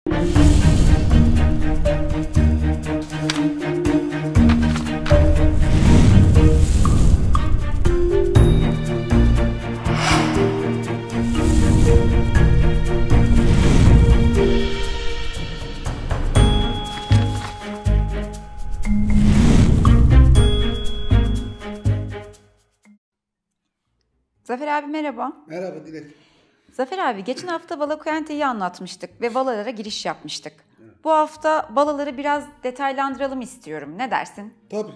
Zafer abi merhaba. Merhaba Dilek. Zafer abi geçen hafta Valakuente'yi anlatmıştık ve valalara giriş yapmıştık. Evet. Bu hafta valaları biraz detaylandıralım istiyorum. Ne dersin? Tabii.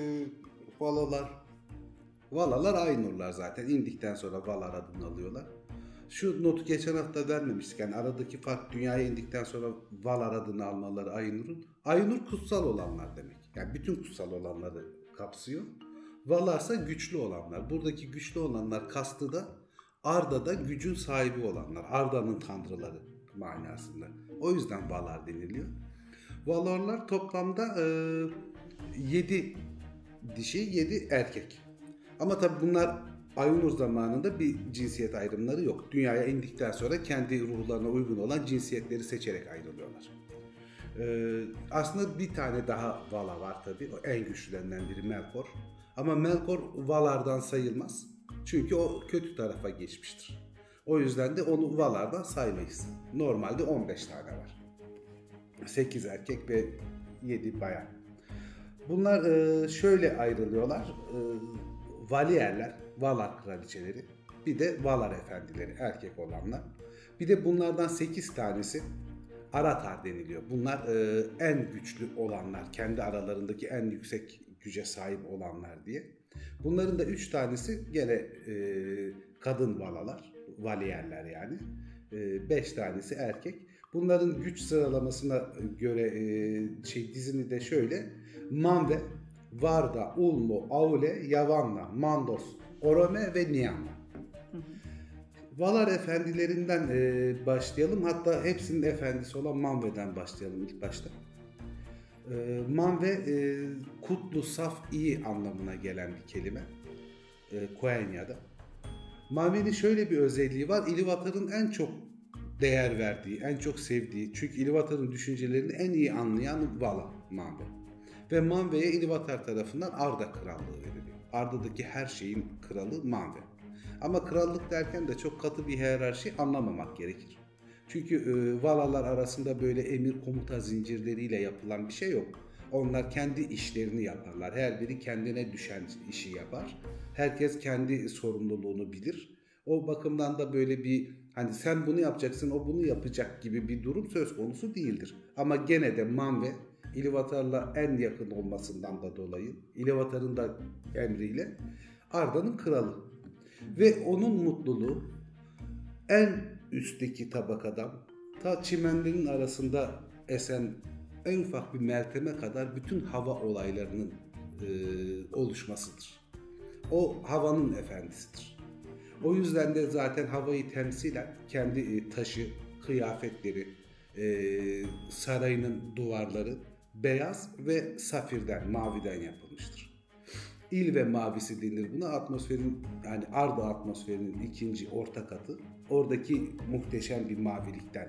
Valalar Aynurlar zaten. İndikten sonra Valar adını alıyorlar. Şu notu geçen hafta vermemiştik. Yani aradaki fark dünyaya indikten sonra Valar adını almaları Aynur'un. Aynur kutsal olanlar demek. Yani bütün kutsal olanları kapsıyor. Valarsa güçlü olanlar. Buradaki güçlü olanlar kastı da Arda'da gücün sahibi olanlar. Arda'nın tanrıları manasında. O yüzden Valar deniliyor. Valarlar toplamda 7 dişi, 7 erkek. Ama tabi bunlar Ainur zamanında bir cinsiyet ayrımları yok. Dünyaya indikten sonra kendi ruhlarına uygun olan cinsiyetleri seçerek ayrılıyorlar. Aslında bir tane daha Vala var tabi. O en güçlülerinden biri Melkor. Ama Melkor Valar'dan sayılmaz. Çünkü o kötü tarafa geçmiştir. O yüzden de onu Valar'dan saymayız. Normalde 15 tane var. 8 erkek ve 7 bayan. Bunlar şöyle ayrılıyorlar. Valierler, Valar kraliçeleri. Bir de Valar efendileri, erkek olanlar. Bir de bunlardan 8 tanesi Aratar deniliyor. Bunlar en güçlü olanlar, kendi aralarındaki en yüksek güce sahip olanlar diye. Bunların da 3 tanesi gene kadın valalar, valierler yani. 5 tanesi erkek. Bunların güç sıralamasına göre dizini de şöyle: Manve, Varda, Ulmo, Aule, Yavanna, Mandos, Orome ve Niamna. Valar efendilerinden başlayalım. Hatta hepsinin efendisi olan Manve'den başlayalım ilk başta. Manve kutlu, saf, iyi anlamına gelen bir kelime. Quenya''da. Manve'nin şöyle bir özelliği var. Ilúvatar'ın en çok değer verdiği, en çok sevdiği, çünkü Ilúvatar'ın düşüncelerini en iyi anlayan Vala Manve. Ve Manve'ye Ilúvatar tarafından Arda krallığı veriliyor. Arda'daki her şeyin kralı Manve. Ama krallık derken de çok katı bir hiyerarşi anlamamak gerekir. Çünkü Valalar arasında böyle emir komuta zincirleriyle yapılan bir şey yok. Onlar kendi işlerini yaparlar. Her biri kendine düşen işi yapar. Herkes kendi sorumluluğunu bilir. O bakımdan da böyle bir hani sen bunu yapacaksın, o bunu yapacak gibi bir durum söz konusu değildir. Ama gene de Manve Ilúvatar'la en yakın olmasından da dolayı, Ilúvatar'ın da emriyle Arda'nın kralı. Ve onun mutluluğu en üstteki tabakadan ta çimenlerin arasında esen en ufak bir melteme kadar bütün hava olaylarının oluşmasıdır. O havanın efendisidir. O yüzden de zaten havayı temsilen kendi taşı, kıyafetleri, sarayının duvarları beyaz ve safirden, maviden yapılmıştır. İl ve mavisi denir buna. Atmosferin, yani Arda atmosferinin ikinci orta katı. Oradaki muhteşem bir mavilikten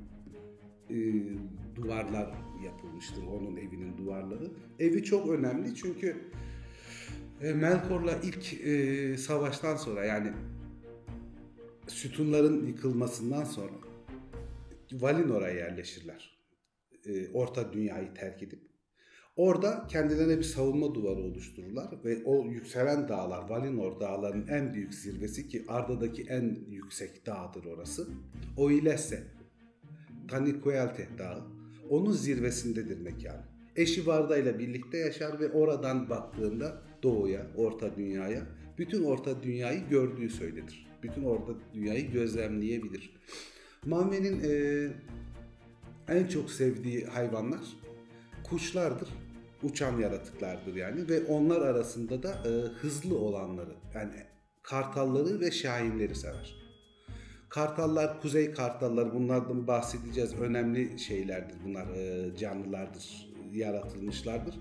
duvarlar yapılmıştır, onun evinin duvarları. Evi çok önemli çünkü Melkor'la ilk savaştan sonra, yani sütunların yıkılmasından sonra Valinor'a yerleşirler. Orta dünyayı terk edip. Orada kendilerine bir savunma duvarı oluştururlar ve o yükselen dağlar, Valinor dağlarının en büyük zirvesi, ki Arda'daki en yüksek dağdır orası, Oilesse, Taniquelte dağı, onun zirvesindedir mekanı. Eşi Varda ile birlikte yaşar ve oradan baktığında doğuya, orta dünyaya, bütün orta dünyayı gördüğü söylenir. Bütün orta dünyayı gözlemleyebilir. Manve'nin en çok sevdiği hayvanlar kuşlardır. Uçan yaratıklardır yani, ve onlar arasında da hızlı olanları, yani kartalları ve şahinleri sever. Kartallar, kuzey kartalları, bunlardan bahsedeceğiz. Önemli şeylerdir bunlar, canlılardır, yaratılmışlardır.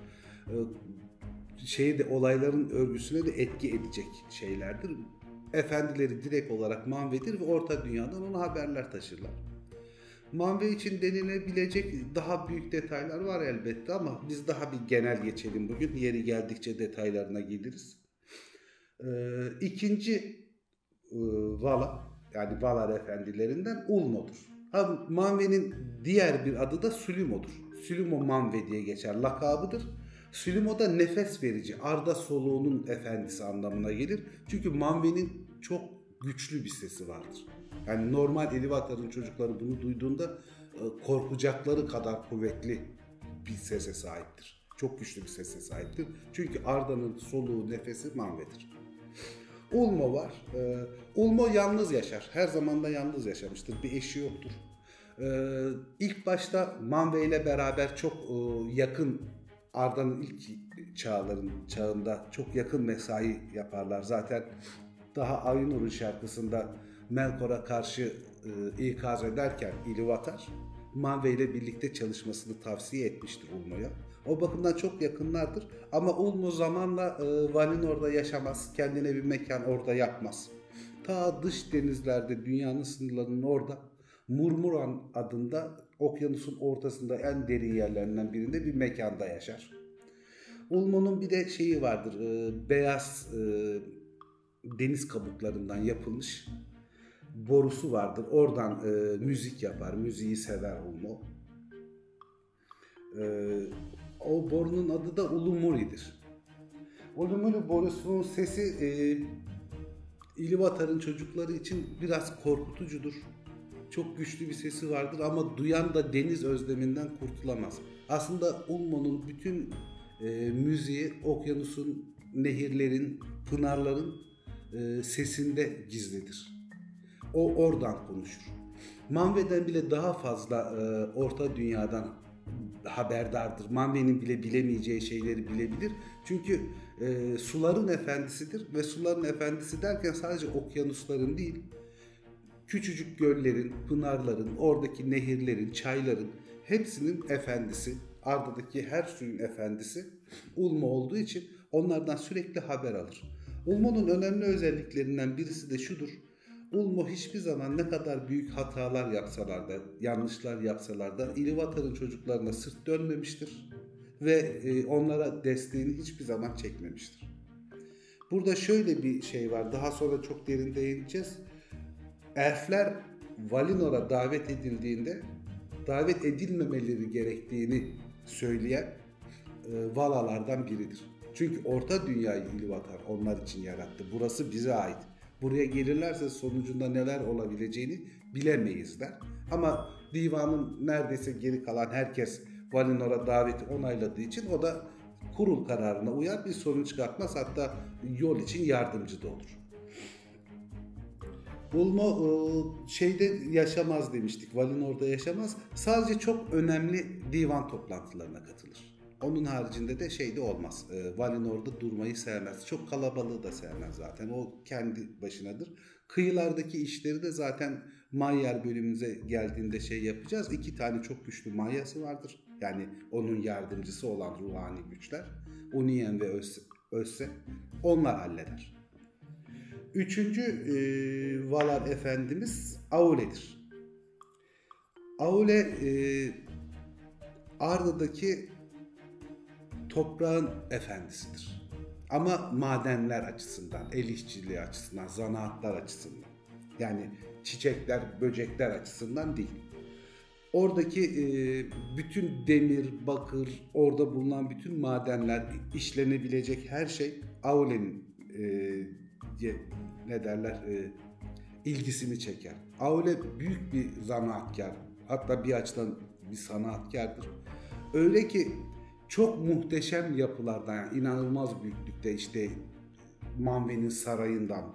Olayların örgüsüne de etki edecek şeylerdir. Efendileri direkt olarak Manve'dir ve Orta Dünya'dan ona haberler taşırlar. Manve için denilebilecek daha büyük detaylar var elbette ama biz daha bir genel geçelim bugün. Yeri geldikçe detaylarına geliriz. İkinci Vala, yani Valar efendilerinden Ulmo'dur. Manve'nin diğer bir adı da Sülümo'dur. Sülümo Manve diye geçer, lakabıdır. Sülümo da nefes verici, arda soluğunun efendisi anlamına gelir. Çünkü Manve'nin çok güçlü bir sesi vardır. Yani normal Ilúvatar'ın çocukları bunu duyduğunda korkacakları kadar kuvvetli bir sese sahiptir. Çok güçlü bir sese sahiptir. Çünkü Arda'nın soluğu, nefesi Manve'dir. Ulmo var. Ulmo yalnız yaşar. Her zaman da yalnız yaşamıştır. Bir eşi yoktur. İlk başta Manve ile beraber çok yakın, Arda'nın ilk çağında çok yakın mesai yaparlar. Zaten daha Ainur'un şarkısında Melkor'a karşı ikaz ederken Ilúvatar, Manve ile birlikte çalışmasını tavsiye etmiştir Ulmo'ya. O bakımdan çok yakınlardır. Ama Ulmo zamanla Valinor'da yaşamaz. Kendine bir mekan orada yapmaz. Ta dış denizlerde, dünyanın sınırlarının orada, Murmuran adında okyanusun ortasında en derin yerlerinden birinde bir mekanda yaşar. Ulmo'nun bir de şeyi vardır. Beyaz deniz kabuklarından yapılmış borusu vardır. Oradan müzik yapar. Müziği sever Ulmo. O borunun adı da Ulumuri'dir. Ulumuri borusunun sesi Ilúvatar'ın çocukları için biraz korkutucudur. Çok güçlü bir sesi vardır ama duyan da deniz özleminden kurtulamaz. Aslında Ulmo'nun bütün müziği okyanusun, nehirlerin, pınarların sesinde gizlidir. O oradan konuşur. Manve'den bile daha fazla orta dünyadan haberdardır. Manve'nin bile bilemeyeceği şeyleri bilebilir. Çünkü suların efendisidir ve suların efendisi derken sadece okyanusların değil, küçücük göllerin, pınarların, oradaki nehirlerin, çayların hepsinin efendisi, Arda'daki her suyun efendisi Ulmo olduğu için onlardan sürekli haber alır. Ulmo'nun önemli özelliklerinden birisi de şudur: Ulmo hiçbir zaman ne kadar büyük hatalar yapsalar da, yanlışlar yapsalar da Ilúvatar'ın çocuklarına sırt dönmemiştir ve onlara desteğini hiçbir zaman çekmemiştir. Burada şöyle bir şey var, daha sonra çok derin değineceğiz. Elfler Valinor'a davet edildiğinde davet edilmemeleri gerektiğini söyleyen Valalardan biridir. Çünkü Orta Dünyayı Ilúvatar onlar için yarattı. Burası bize ait. Buraya gelirlerse sonucunda neler olabileceğini bilemeyizler. Ama divanın neredeyse geri kalan herkes Valinor'a daveti onayladığı için o da kurul kararına uyar, bir sorun çıkartmaz, hatta yol için yardımcı da olur. Ulmo şeyde yaşamaz demiştik, Valinor'da yaşamaz. Sadece çok önemli divan toplantılarına katılır. Onun haricinde de şeyde olmaz. Valinor'da durmayı sevmez. Çok kalabalığı da sevmez zaten. O kendi başınadır. Kıyılardaki işleri de zaten Maiar bölümümüze geldiğinde şey yapacağız. 2 tane çok güçlü Maia'sı vardır. Yani onun yardımcısı olan ruhani güçler. Unien ve Össe. Onlar halleder. Üçüncü Valar efendimiz Aule'dir. Aule Arda'daki toprağın efendisidir. Ama madenler açısından, el işçiliği açısından, zanaatlar açısından. Yani çiçekler, böcekler açısından değil. Oradaki bütün demir, bakır, orada bulunan bütün madenler, işlenebilecek her şey Aule'nin ilgisini çeker. Aule büyük bir zanaatkar, hatta bir açıdan bir sanatkardır. Öyle ki çok muhteşem yapılardan, yani inanılmaz büyüklükte, işte Manve'nin sarayından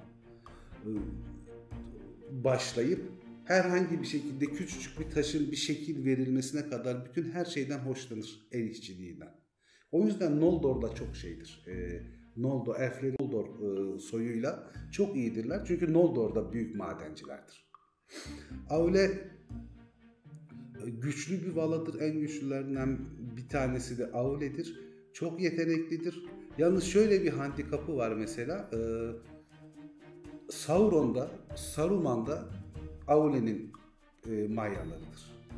başlayıp herhangi bir şekilde küçücük bir taşın bir şekil verilmesine kadar bütün her şeyden hoşlanır, el işçiliğinden. O yüzden Noldor'da çok şeydir. Elflerin Noldor soyuyla çok iyidirler. Çünkü Noldor'da büyük madencilerdir. Aule güçlü bir valadır. En güçlülerinden bir tanesi de Aule'dir. Çok yeteneklidir. Yalnız şöyle bir handikapı var mesela. Saruman'da Aule'nin Maialarıdır.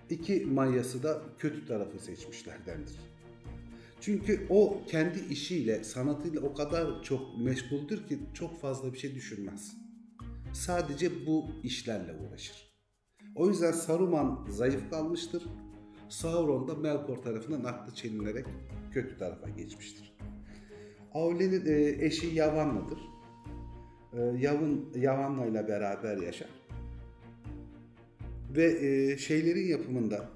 2 manyası da kötü tarafı seçmişlerdendir. Çünkü o kendi işiyle, sanatıyla o kadar çok meşguldür ki çok fazla bir şey düşünmez. Sadece bu işlerle uğraşır. O yüzden Saruman zayıf kalmıştır. Sauron da Melkor tarafından aklı çelinerek kötü tarafa geçmiştir. Aule'nin eşi Yavanna'dır. Yavanna ile beraber yaşar. Ve şeylerin yapımında,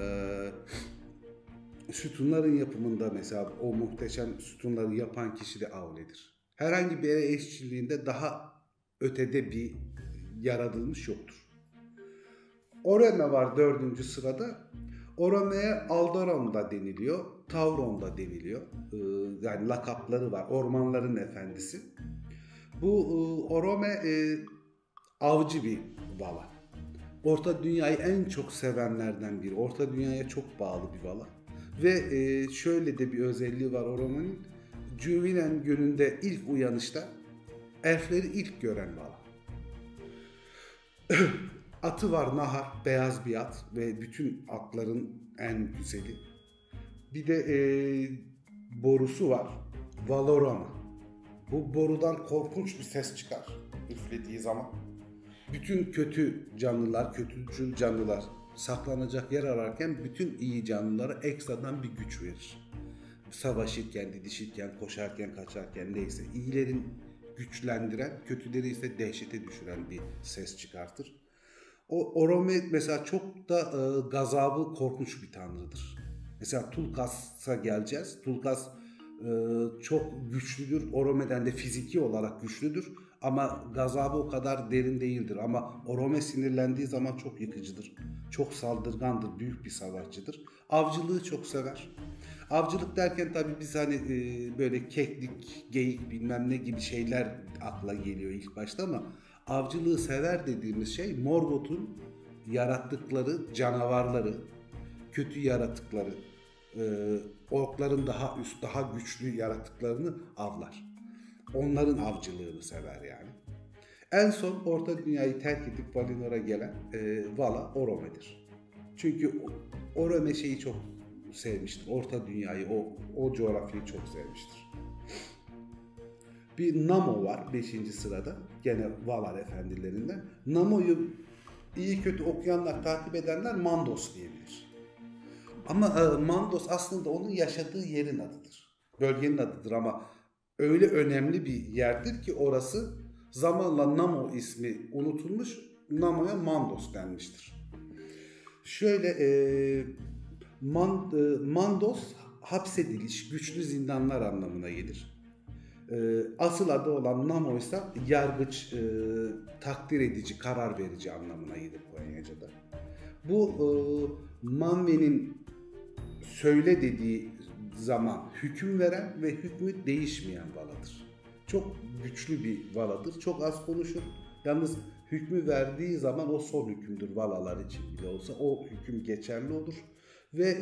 sütunların yapımında mesela o muhteşem sütunları yapan kişi de Aule'dir. Herhangi bir eşçiliğinde daha ötede bir yaratılmış yoktur. Orome var 4. sırada. Orome'ye Aldoron da deniliyor, Tauron da deniliyor. Yani lakapları var. Ormanların efendisi. Bu Orome avcı bir vala. Orta Dünya'yı en çok sevenlerden biri. Orta Dünya'ya çok bağlı bir vala. Ve şöyle de bir özelliği var Orome'nin. Cüvinen gününde ilk uyanışta elfleri ilk gören vala. Atı var Nahar, beyaz bir at ve bütün atların en güzeli. Bir de borusu var, Valorama. Bu borudan korkunç bir ses çıkar üflediği zaman. Bütün kötü canlılar, kötücül canlılar saklanacak yer ararken bütün iyi canlılara ekstradan bir güç verir. Savaşırken, didişirken, koşarken, kaçarken neyse. İyilerin güçlendiren, kötüleri ise dehşete düşüren bir ses çıkartır. O Orome mesela çok da gazabı korkunç bir tanrıdır. Mesela Tulkas'a geleceğiz. Tulkas çok güçlüdür. Orome'den de fiziki olarak güçlüdür. Ama gazabı o kadar derin değildir. Ama Orome sinirlendiği zaman çok yıkıcıdır. Çok saldırgandır. Büyük bir savaşçıdır. Avcılığı çok sever. Avcılık derken tabii biz hani böyle keklik, geyik bilmem ne gibi şeyler akla geliyor ilk başta ama avcılığı sever dediğimiz şey Morgoth'un yarattıkları canavarları, kötü yaratıkları, orkların daha üst, daha güçlü yaratıklarını avlar. Onların avcılığını sever yani. En son Orta Dünya'yı terk edip Valinor'a gelen Vala Orome'dir. Çünkü Orome şeyi çok sevmiştir. Orta Dünya'yı, o coğrafyayı çok sevmiştir. Bir Namo var 5. sırada. Gene Valar efendilerinden. Namo'yu iyi kötü okuyanlar, takip edenler Mandos diyebilir. Ama Mandos aslında onun yaşadığı yerin adıdır. Bölgenin adıdır ama öyle önemli bir yerdir ki orası zamanla Namo ismi unutulmuş, Namo'ya Mandos denmiştir. Şöyle Mandos hapsediliş, güçlü zindanlar anlamına gelir. Asıl adı olan Namo ise yargıç, takdir edici, karar verici anlamına gelir Quenya-Ca'da. Bu Manwë'nin söyle dediği zaman hüküm veren ve hükmü değişmeyen valadır. Çok güçlü bir valadır. Çok az konuşur. Yalnız hükmü verdiği zaman o son hükümdür valalar için bile olsa. O hüküm geçerli olur. Ve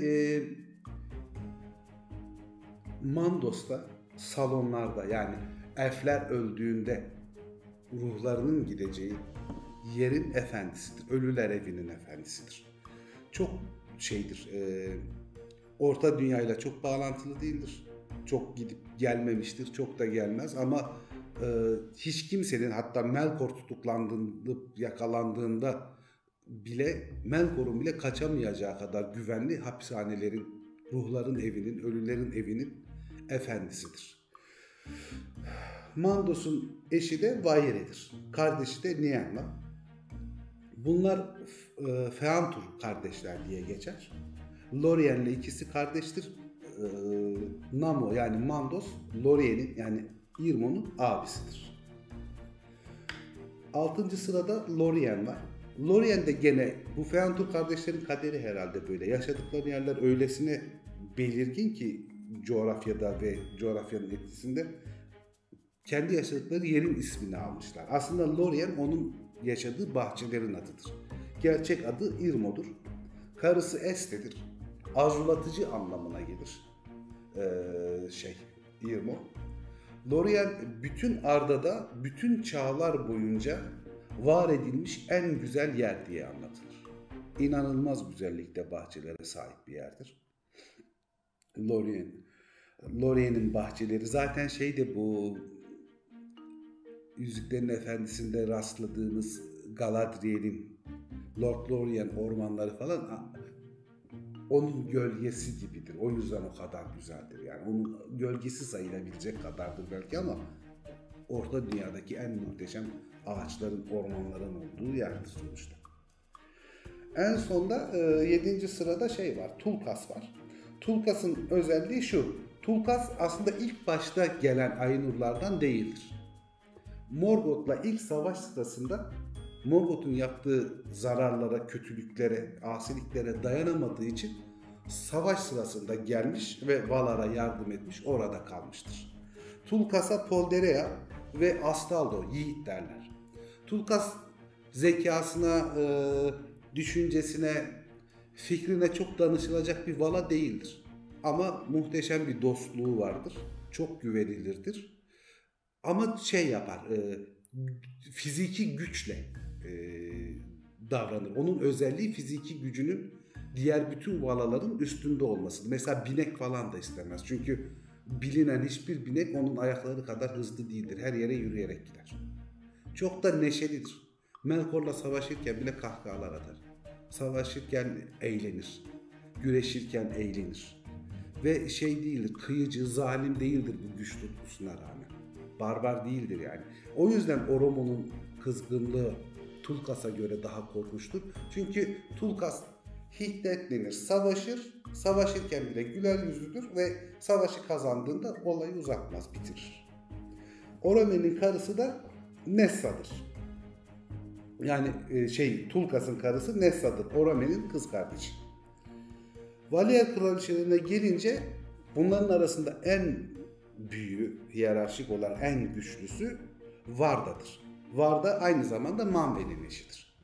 Mandos'ta salonlarda yani elfler öldüğünde ruhlarının gideceği yerin efendisidir. Ölüler evinin efendisidir. Çok şeydir. Orta Dünya'yla çok bağlantılı değildir. Çok gidip gelmemiştir. Çok da gelmez ama hiç kimsenin hatta Melkor tutuklandığında, yakalandığında bile Melkor'un bile kaçamayacağı kadar güvenli hapishanelerin, ruhların evinin, ölülerin evinin efendisidir. Mandos'un eşi de Vaire'dir. Kardeşi de Nienna. Bunlar Feantur kardeşler diye geçer. Lorien'le ikisi kardeştir. Namo yani Mandos, Lorien'in yani Irmon'un abisidir. 6. sırada Lorien var. Lorien de gene bu Feantur kardeşlerin kaderi herhalde böyle. Yaşadıkları yerler öylesine belirgin ki coğrafyada ve coğrafyanın etkisinde kendi yaşadıkları yerin ismini almışlar. Aslında Lorien onun yaşadığı bahçelerin adıdır. Gerçek adı Irmo'dur. Karısı Este'dir. Arzulatıcı anlamına gelir. Irmo. Lorien bütün Arda'da bütün çağlar boyunca var edilmiş en güzel yer diye anlatılır. inanılmaz güzellikte bahçelere sahip bir yerdir. Lorient'in bahçeleri zaten bu Yüzüklerin Efendisi'nde rastladığımız Galadriel'in, Lord Lorien ormanları falan onun gölgesi gibidir. O yüzden o kadar güzeldir. Yani onun gölgesi sayılabilecek kadardır belki ama Orta Dünya'daki en muhteşem ağaçların, ormanların olduğu yerdir sonuçta. En sonda 7. sırada var, Tulkas var. Tulkas'ın özelliği şu. Tulkas aslında ilk başta gelen Ainurlardan değildir. Morgoth'la ilk savaş sırasında Morgoth'un yaptığı zararlara, kötülüklere, asiliklere dayanamadığı için savaş sırasında gelmiş ve Valar'a yardım etmiş, orada kalmıştır. Tulkas'a Polderea ve Astaldo, yiğit derler. Tulkas zekasına, düşüncesine, fikrine çok danışılacak bir vala değildir. Ama muhteşem bir dostluğu vardır. Çok güvenilirdir. Ama yapar, fiziki güçle davranır. Onun özelliği fiziki gücünün diğer bütün valaların üstünde olması. Mesela binek falan da istemez. Çünkü bilinen hiçbir binek onun ayakları kadar hızlı değildir. Her yere yürüyerek gider. Çok da neşelidir. Melkor'la savaşırken bile kahkahalar atar. Savaşırken eğlenir. Güreşirken eğlenir. Ve değildir, kıyıcı, zalim değildir bu güç tutkusuna rağmen. Barbar değildir yani. O yüzden Oromo'nun kızgınlığı Tulkas'a göre daha korkunçtur. Çünkü Tulkas hiddetlenir, savaşır, savaşırken bile güler yüzlüdür ve savaşı kazandığında olayı uzatmaz, bitirir. Orome'nin karısı da Nessa'dır. Yani Tulkas'ın karısı Nessa'dır. Orome'nin kız kardeşi. Valier kraliçelerine gelince bunların arasında en büyüğü, hiyerarşik olarak en güçlüsü Varda'dır. Varda aynı zamanda Manwë'nin eşidir.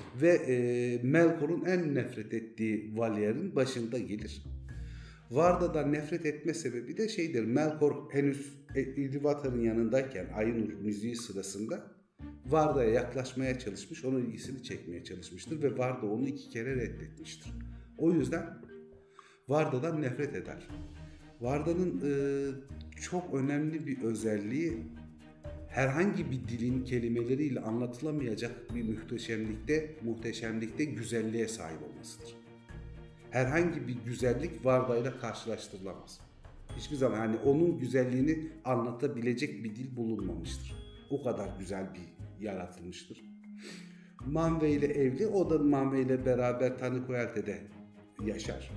Ve Melkor'un en nefret ettiği Valier'in başında gelir. Varda'dan nefret etme sebebi de Melkor henüz Ilúvatar'ın yanındayken Ainur müziği sırasında Varda'ya yaklaşmaya çalışmış, onun ilgisini çekmeye çalışmıştır ve Varda onu 2 kere reddetmiştir. O yüzden Varda'dan nefret eder. Varda'nın çok önemli bir özelliği herhangi bir dilin kelimeleriyle anlatılamayacak bir muhteşemlikte güzelliğe sahip olmasıdır. Herhangi bir güzellik Varda'yla karşılaştırılamaz. Hiçbir zaman onun güzelliğini anlatabilecek bir dil bulunmamıştır. O kadar güzel bir yaratılmıştır. Manwë ile evli, o da Manwë ile beraber Taniquelte'de yaşar.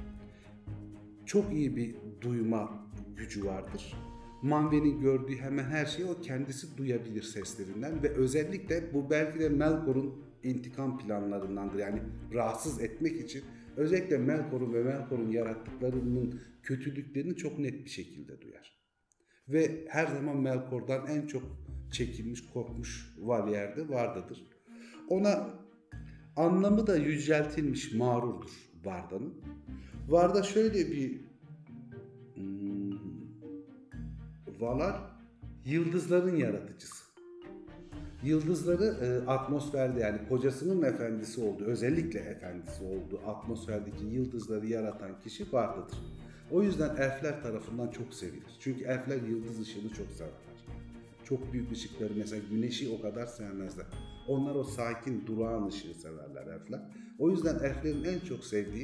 Çok iyi bir duyma gücü vardır. Manwë'nin gördüğü hemen her şeyi o kendisi duyabilir seslerinden ve özellikle bu belki de Melkor'un intikam planlarındandır. Yani rahatsız etmek için özellikle Melkor'un ve Melkor'un yarattıklarının kötülüklerini çok net bir şekilde duyar. Ve her zaman Melkor'dan en çok çekilmiş, korkmuş Valier'de Varda'dır. Ona anlamı da yüceltilmiş mağrurdur Varda'nın. Varda şöyle bir Valar yıldızların yaratıcısı. Yıldızları atmosferde, yani kocasının efendisi olduğu, özellikle efendisi olduğu atmosferdeki yıldızları yaratan kişi Varda'dır. O yüzden elfler tarafından çok sevilir. Çünkü elfler yıldız ışığını çok severler. Çok büyük ışıkları, mesela güneşi o kadar sevmezler. Onlar o sakin, durağan ışığı severler elfler. O yüzden elflerin en çok sevdiği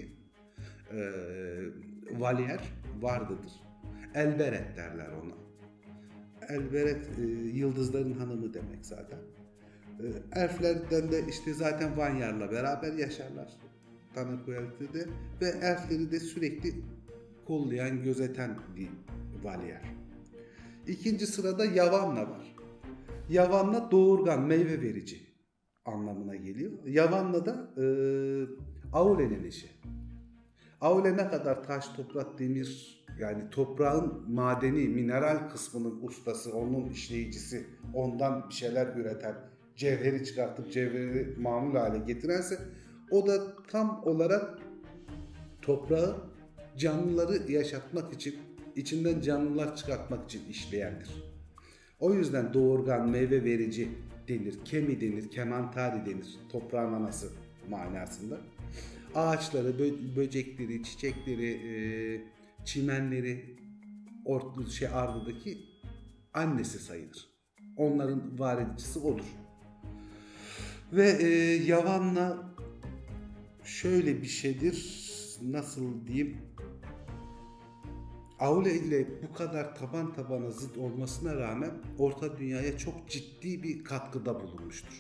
Valier Varda'dır. Elbereth derler ona. Elbereth yıldızların hanımı demek zaten. Elflerden de zaten Vanyar'la beraber yaşarlar Taniquelte'de ve elfleri de sürekli kollayan, gözeten bir Valier. 2. sırada Yavanna var. Yavanna doğurgan, meyve verici anlamına geliyor. Yavanna da Aule'nin eşi. Aule ne kadar taş, toprak, demir, yani toprağın madeni, mineral kısmının ustası, onun işleyicisi, ondan bir şeyler üreten, cevheri çıkartıp cevheri mamul hale getirense, o da tam olarak toprağı canlıları yaşatmak için, içinden canlılar çıkartmak için işleyendir. O yüzden doğurgan, meyve verici denir, kemi denir, kemantari denir, toprağın anası manasında. Ağaçları, böcekleri, çiçekleri, çimenleri Arda'daki annesi sayılır. Onların var edicisi odur. Ve Yavanna şöyle bir şeydir, nasıl diyeyim, Aule ile bu kadar taban tabana zıt olmasına rağmen Orta Dünya'ya çok ciddi bir katkıda bulunmuştur.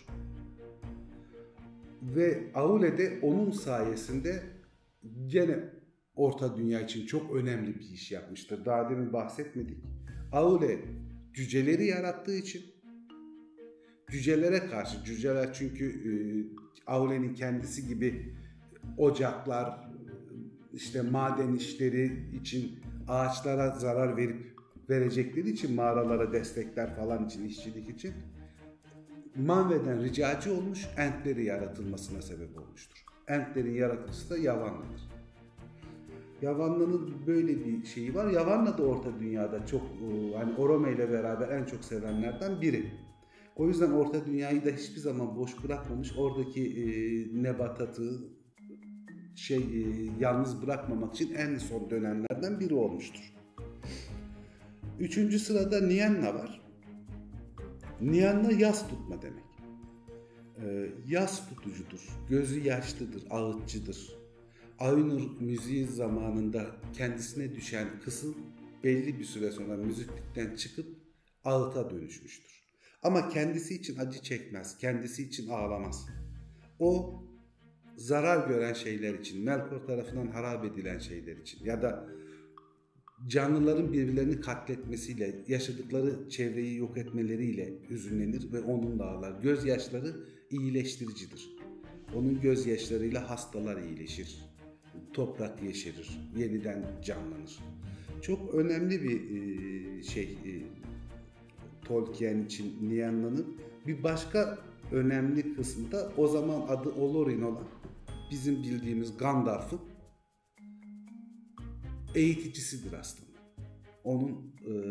Ve Aule de onun sayesinde gene Orta Dünya için çok önemli bir iş yapmıştır. Daha demin bahsetmedik. Aule cüceleri yarattığı için, cücelere karşı, cüceler çünkü Aule'nin kendisi gibi ocaklar, işte maden işleri için ağaçlara zarar verecekleri için, mağaralara destekler falan için, işçilik için Manve'den ricacı olmuş, Entleri yaratılmasına sebep olmuştur. Entlerin yaratıcısı da Yavanna'dır. Yavanna'nın böyle bir şeyi var. Yavanna da Orta Dünya'da çok, hani Orome ile beraber en çok sevenlerden biri. O yüzden Orta Dünya'yı da hiçbir zaman boş bırakmamış. Oradaki nebatatı yalnız bırakmamak için en son dönemlerden biri olmuştur. Üçüncü sırada Nienna var. Nienna yas tutma demek. Yas tutucudur, gözü yaşlıdır, ağıtçıdır. Aynur müziği zamanında kendisine düşen kısım belli bir süre sonra müziklikten çıkıp ağıta dönüşmüştür. Ama kendisi için acı çekmez, kendisi için ağlamaz. O zarar gören şeyler için, Melkor tarafından harap edilen şeyler için ya da canlıların birbirlerini katletmesiyle, yaşadıkları çevreyi yok etmeleriyle üzünlenir ve onunla ağlar. Gözyaşları iyileştiricidir. Onun gözyaşlarıyla hastalar iyileşir. Toprak yeşerir, yeniden canlanır. Çok önemli bir Tolkien için Nienna'nın. Bir başka önemli kısmı da o zaman adı Olorin olan bizim bildiğimiz Gandalf'ın eğiticisidir aslında. Onun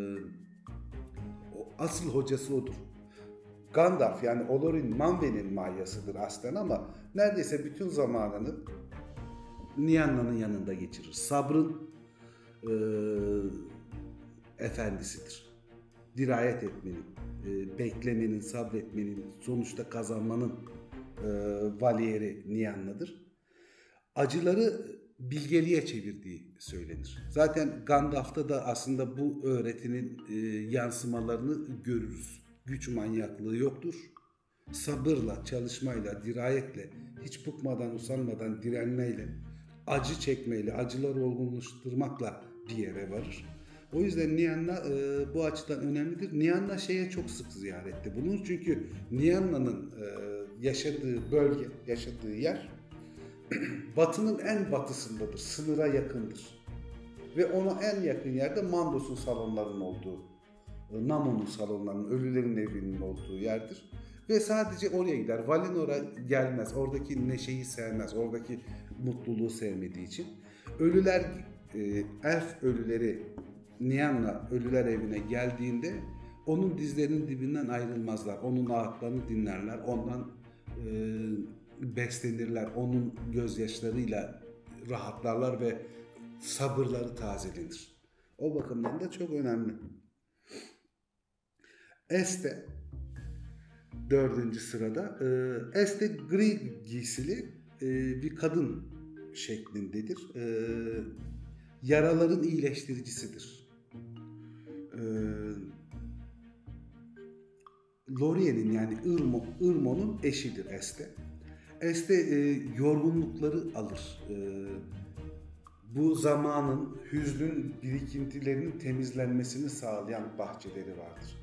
asıl hocası odur. Gandalf yani Olorin Manwe'nin mayasıdır aslında ama neredeyse bütün zamanını Nienna'nın yanında geçirir. Sabrın efendisidir. Dirayet etmenin, beklemenin, sabretmenin, sonuçta kazanmanın valiyeri Nienna'dır. Acıları bilgeliğe çevirdiği söylenir. Zaten Gandalf'ta da aslında bu öğretinin yansımalarını görürüz. Güç manyaklığı yoktur. Sabırla, çalışmayla, dirayetle, hiç bıkmadan, usanmadan, direnmeyle, acı çekmeyle, acıları olgunlaştırmakla bir yere varır. O yüzden Nienna bu açıdan önemlidir. Nienna çok sık ziyarette bulunur. Çünkü Nienna'nın yaşadığı bölge, yaşadığı yer batının en batısındadır, sınıra yakındır. Ve ona en yakın yerde Mandos'un salonlarının olduğu, Namon'un salonlarının, ölülerin evinin olduğu yerdir. Ve sadece oraya gider. Valinor'a gelmez. Oradaki neşeyi sevmez. Oradaki mutluluğu sevmediği için. Ölüler, elf ölüleri Nienna ölüler evine geldiğinde onun dizlerinin dibinden ayrılmazlar. Onun ağıtlarını dinlerler. Ondan beslenirler. Onun gözyaşlarıyla rahatlarlar ve sabırları tazelenir. O bakımdan da çok önemli. Este 4. sırada. Este gri giysili bir kadın şeklindedir. Yaraların iyileştiricisidir. Lorien'in yani Irmon'un eşidir Este. Este yorgunlukları alır. Bu zamanın, hüznün birikintilerinin temizlenmesini sağlayan bahçeleri vardır.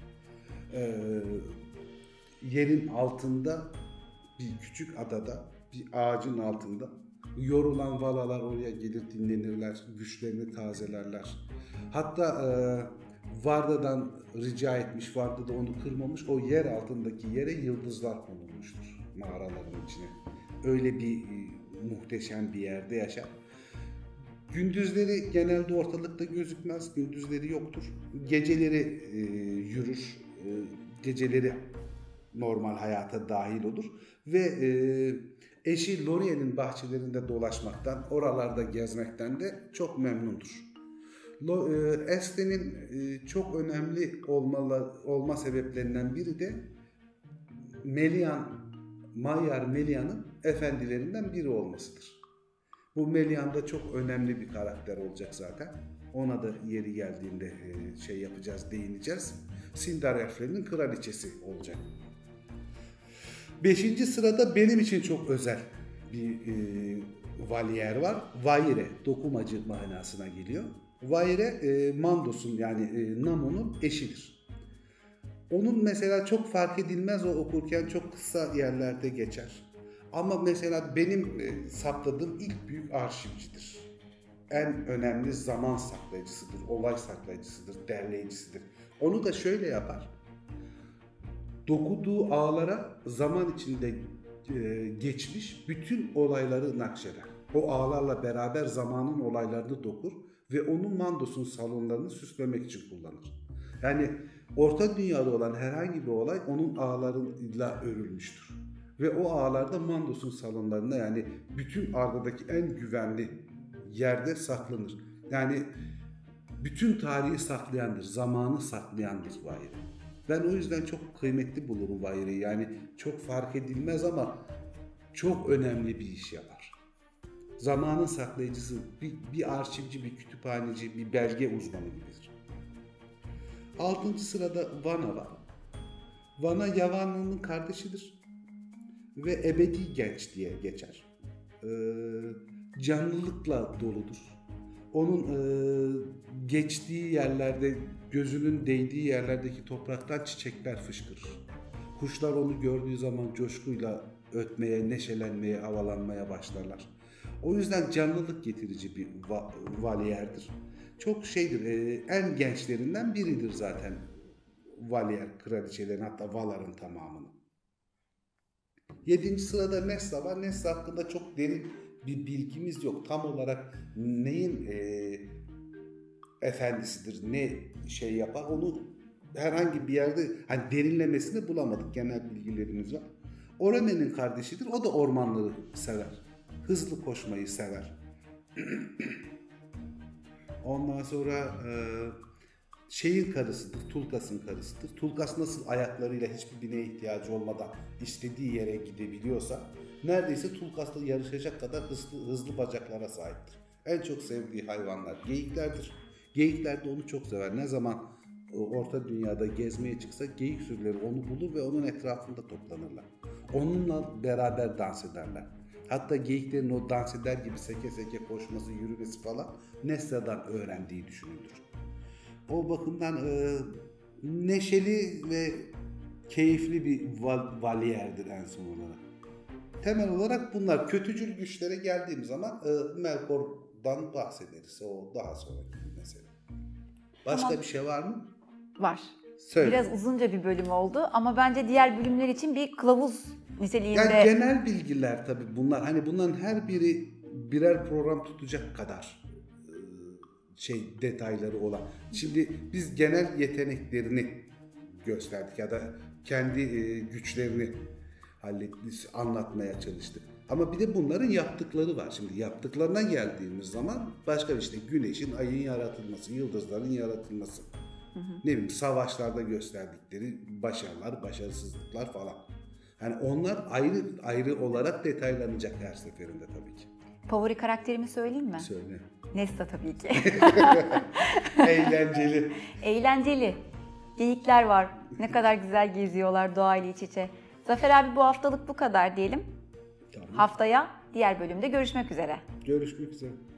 Yerin altında bir küçük adada, bir ağacın altında yorulan valalar oraya gelir dinlenirler, güçlerini tazelerler. Hatta Varda'dan rica etmiş, Varda da onu kırmamış, o yer altındaki yere yıldızlar konulmuştur mağaraların içine. Öyle bir muhteşem bir yerde yaşar. Gündüzleri genelde ortalıkta gözükmez, gündüzleri yoktur. Geceleri yürür, geceleri normal hayata dahil olur ve Eşi Laurier'in bahçelerinde dolaşmaktan, oralarda gezmekten de çok memnundur. Este'nin çok önemli olma sebeplerinden biri de Maillard Melian'ın efendilerinden biri olmasıdır. Bu Melian da çok önemli bir karakter olacak zaten. Ona da yeri geldiğinde değineceğiz. Sindar elflerinin kraliçesi olacak. 5. sırada benim için çok özel bir Valier var. Vaire, dokumacı manasına geliyor. Vaire, Mandos'un yani Namon'un eşidir. Onun mesela çok fark edilmez, o okurken çok kısa yerlerde geçer. Ama mesela benim saptadığım ilk büyük arşivcidir. En önemli zaman saklayıcısıdır, olay saklayıcısıdır, derleyicisidir. Onu da şöyle yapar. Dokuduğu ağlara zaman içinde geçmiş bütün olayları nakşeder. O ağlarla beraber zamanın olaylarını dokur ve onu Mandos'un salonlarını süslemek için kullanır. Yani Orta Dünya'da olan herhangi bir olay onun ağlarıyla örülmüştür. Ve o ağlarda Mandos'un salonlarında, yani bütün Arda'daki en güvenli yerde saklanır. Yani bütün tarihi saklayandır, zamanı saklayandır Vaire. Ben o yüzden çok kıymetli bulurum Vaire'yi. Yani çok fark edilmez ama çok önemli bir iş yapar. Zamanın saklayıcısı, bir arşivci, bir kütüphaneci, bir belge uzmanı gibidir. 6. sırada Vana var. Vana Yavanna'nın kardeşidir ve ebedi genç diye geçer. Canlılıkla doludur. Onun geçtiği yerlerde, gözünün değdiği yerlerdeki topraktan çiçekler fışkırır. Kuşlar onu gördüğü zaman coşkuyla ötmeye, neşelenmeye, havalanmaya başlarlar. O yüzden canlılık getirici bir Valier'dir. Çok en gençlerinden biridir zaten Valier kraliçelerin, hatta Valar'ın tamamını. 7. sırada Nessa var. Nessa hakkında çok derin bir bilgimiz yok. Tam olarak neyin efendisidir, ne yapar, onu herhangi bir yerde derinlemesine bulamadık. Genel bilgilerimiz var. Orome'nin kardeşidir. O da ormanları sever. Hızlı koşmayı sever. Ondan sonra karısıdır, Tulkas'ın karısıdır. Tulkas nasıl ayaklarıyla hiçbir bineğe ihtiyacı olmadan istediği yere gidebiliyorsa, neredeyse Tulkas'la yarışacak kadar hızlı bacaklara sahiptir. En çok sevdiği hayvanlar geyiklerdir. Geyikler de onu çok sever. Ne zaman Orta Dünya'da gezmeye çıksa geyik sürüleri onu bulur ve onun etrafında toplanırlar. Onunla beraber dans ederler. Hatta geyiklerin o dans eder gibi seke seke koşması, yürümesi falan Nessa'dan öğrendiği düşünülür. O bakımdan neşeli ve keyifli bir Valier'dir en son olarak. Temel olarak bunlar. Kötücül güçlere geldiğim zaman Melkor'dan bahsederiz. O daha sonraki bir mesele. Başka bir şey var mı? Var. Söyle. Biraz uzunca bir bölüm oldu ama bence diğer bölümler için bir kılavuz niteliğinde. Yani genel bilgiler tabii bunlar. Bunların her biri birer program tutacak kadar detayları olan. Şimdi biz genel yeteneklerini gösterdik ya da kendi güçlerini anlatmaya çalıştık. Ama bir de bunların yaptıkları var. Şimdi yaptıklarına geldiğimiz zaman başka güneşin, ayın yaratılması, yıldızların yaratılması. Ne bileyim, savaşlarda gösterdikleri başarılar, başarısızlıklar falan. Onlar ayrı olarak detaylanacak her seferinde tabii ki. Favori karakterimi söyleyeyim mi? Söyle. Nessa tabii ki. Eğlenceli. Eğlenceli. Geyikler var. Ne kadar güzel geziyorlar doğayla iç içe. Zafer abi, bu haftalık bu kadar diyelim. Tamam. Haftaya diğer bölümde görüşmek üzere. Görüşmek üzere.